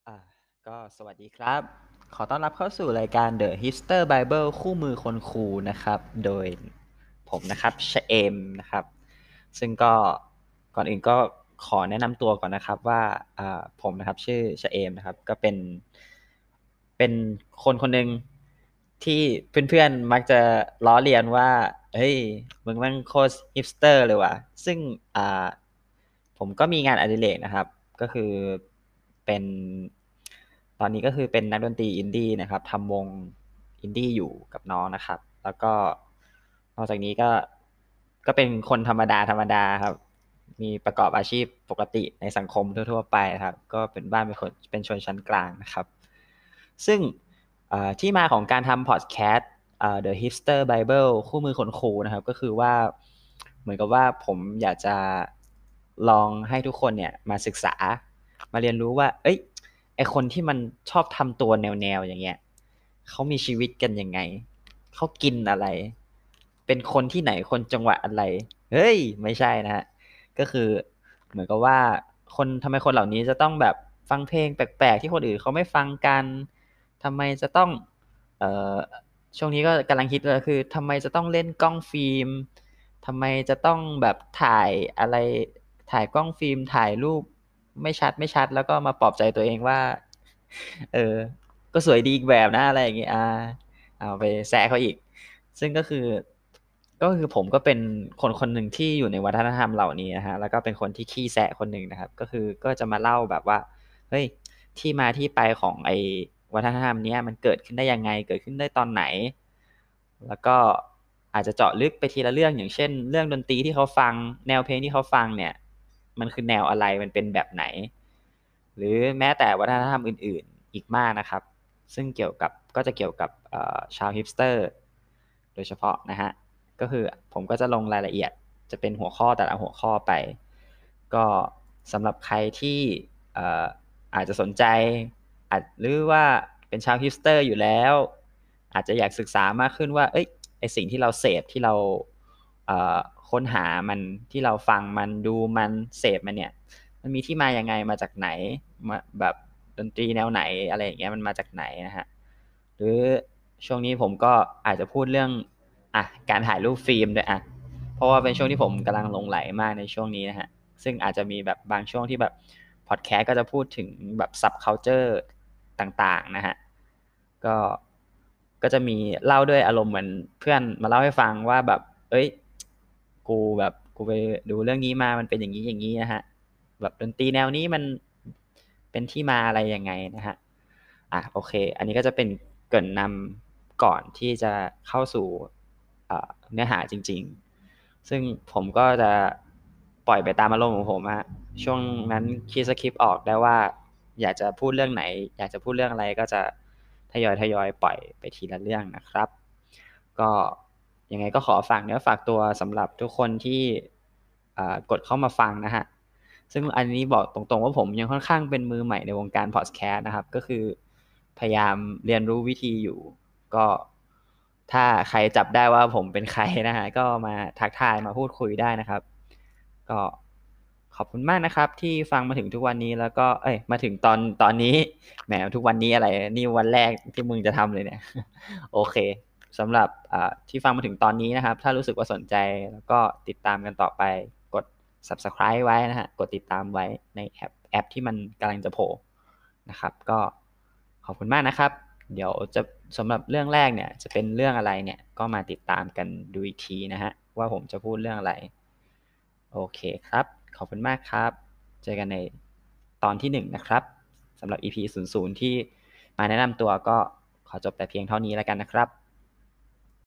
อ่ะก็สวัสดีครับ ขอต้อนรับเข้าสู่รายการ The Hipster Bible คู่มือคนคูลนะครับ โดยผมนะครับชเอมนะครับ ซึ่งก็ก่อนอื่นก็ขอแนะนำตัวก่อนนะครับว่าผมนะครับชื่อชเอมนะครับ ก็เป็นคนคนหนึ่งที่เพื่อนๆมักจะล้อเลียนว่าเฮ้ยมึงแม่งโคตรฮิปสเตอร์เลยว่ะซึ่งอ่าผมก็มีงานอดิเรกนะครับ ก็คือเป็นตอนนี้ก็คือเป็นนักดนตรีอินดี้นะครับทำวงอินดี้อยู่กับน้องนะครับ แล้วก็นอกจากนี้ก็เป็นคนธรรมดาธรรมดาครับมีประกอบอาชีพปกติในสังคมทั่วๆไปครับก็เป็นบ้านเป็นคนเป็นชนชั้นกลางนะครับซึ่งที่มาของการทำพอดแคสต์The Hipster Bible คู่มือคนคูลนะครับก็คือว่าเหมือนกับว่าผมอยากจะลองให้ทุกคนเนี่ยมาศึกษามาเรียนรู้ว่าเอ้ยไอคนที่มันชอบทำตัวแนวๆอย่างเงี้ยเขามีชีวิตกันยังไงเขากินอะไรเป็นคนที่ไหนคนจังหวัดอะไรเฮ้ยไม่ใช่นะฮะก็คือเหมือนกับว่าทำไมคนเหล่านี้จะต้องแบบฟังเพลงแปลกๆที่คนอื่นเขาไม่ฟังกันทำไมจะต้องเอ่อ ช่วงนี้ก็กำลังฮิตเลยคือทำไมจะต้องเล่นกล้องฟิล์มทำไมจะต้องแบบถ่ายอะไรถ่ายกล้องฟิล์มถ่ายรูปไม่ชัดแล้วก็มาปลอบใจตัวเองว่าเออก็สวยดีอีกแบบนะอะไรอย่างเงี้ยเอาไปแซะเขาอีกซึ่งก็คือผมก็เป็นคนคนหนึ่งที่อยู่ในวัฒนธรรมเหล่านี้นะฮะแล้วก็เป็นคนที่ขี้แซะคนหนึ่งนะครับก็คือก็จะมาเล่าแบบว่าเฮ้ยที่มาที่ไปของไอ้วัฒนธรรมเนี้ยมันเกิดขึ้นได้ยังไงเกิดขึ้นได้ตอนไหนแล้วก็อาจจะเจาะลึกไปทีละเรื่องอย่างเช่นเรื่องดนตรีที่เขาฟังแนวเพลงที่เขาฟังเนี่ยมันคือแนวอะไรมันเป็นแบบไหนหรือแม้แต่วัฒนธรรมอื่นๆอีกมากนะครับซึ่งก็จะเกี่ยวกับชาวฮิปสเตอร์โดยเฉพาะนะฮะ ก็คือผมก็จะลงรายละเอียดจะเป็นหัวข้อแต่ละหัวข้อไปก็สำหรับใครที่เอ่ออาจจะสนใจหรือว่าเป็นชาวฮิปสเตอร์อยู่แล้วอาจจะอยากศึกษามากขึ้นว่าเอ้ยไอสิ่งที่เราเสพที่เราเอ่อค้นหามันที่เราฟังมันดูมันเสพมันเนี่ยมันมีที่มายังไงมาจากไหนมาแบบดนตรีแนวไหนอะไรอย่างเงี้ยมันมาจากไหนนะฮะหรือช่วงนี้ผมก็อาจจะพูดเรื่อง การถ่ายรูปฟิล์มด้วยเพราะว่าเป็นช่วงที่ผมกำลังหลงใหลมากในช่วงนี้นะฮะซึ่งอาจจะมีแบบบางช่วงที่แบบพอดแคสต์ก็จะพูดถึงแบบ subculture ต่างๆนะฮะก็ก็จะมีเล่าด้วยอารมณ์เหมือนเพื่อนมาเล่าให้ฟังว่าแบบเอ้ยกูไปดูเรื่องนี้มามันเป็นอย่างนี้อย่างนี้นะฮะแบบดนตรีแนวนี้มันเป็นที่มาอะไรยังไงนะฮะโอเคอันนี้ก็จะเป็นเกริ่นนำก่อนที่จะเข้าสู่ เนื้อหาจริงๆ ซึ่งผมก็จะปล่อยไปตามอารมณ์ของผมฮะช่วงนั้นคิดสคริปต์ออกได้ว่าอยากจะพูดเรื่องไหนอยากจะพูดเรื่องอะไรก็จะทยอยปล่อยไปทีละเรื่องนะครับก็ยังไงก็ขอฝากเนื้อฝากตัวสำหรับทุกคนที่กดเข้ามาฟังนะฮะซึ่งอันนี้บอกตรงๆว่าผมยังค่อนข้างเป็นมือใหม่ในวงการพอดแคสต์นะครับก็คือพยายามเรียนรู้วิธีอยู่ก็ถ้าใครจับได้ว่าผมเป็นใครนะฮะก็มาทักทายมาพูดคุยได้นะครับก็ขอบคุณมากนะครับที่ฟังมาถึงทุกวันนี้แล้วก็มาถึงตอนนี้แหมทุกวันนี้อะไรนี่วันแรกที่มึงจะทำเลยเนี่ยโอเคสำหรับที่ฟังมาถึงตอนนี้นะครับถ้ารู้สึกว่าสนใจแล้วก็ติดตามกันต่อไปกด subscribe ไว้นะฮะกดติดตามไว้ในแอปที่มันกำลังจะโผล่นะครับก็ขอบคุณมากนะครับเดี๋ยวจะสำหรับเรื่องแรกเนี่ยจะเป็นเรื่องอะไรเนี่ยก็มาติดตามกันดูอีกทีนะฮะว่าผมจะพูดเรื่องอะไรโอเคครับขอบคุณมากครับเจอกันในตอนที่1นะครับสำหรับ EP 00ที่มาแนะนำตัวก็ขอจบแต่เพียงเท่านี้แล้วกันนะครับ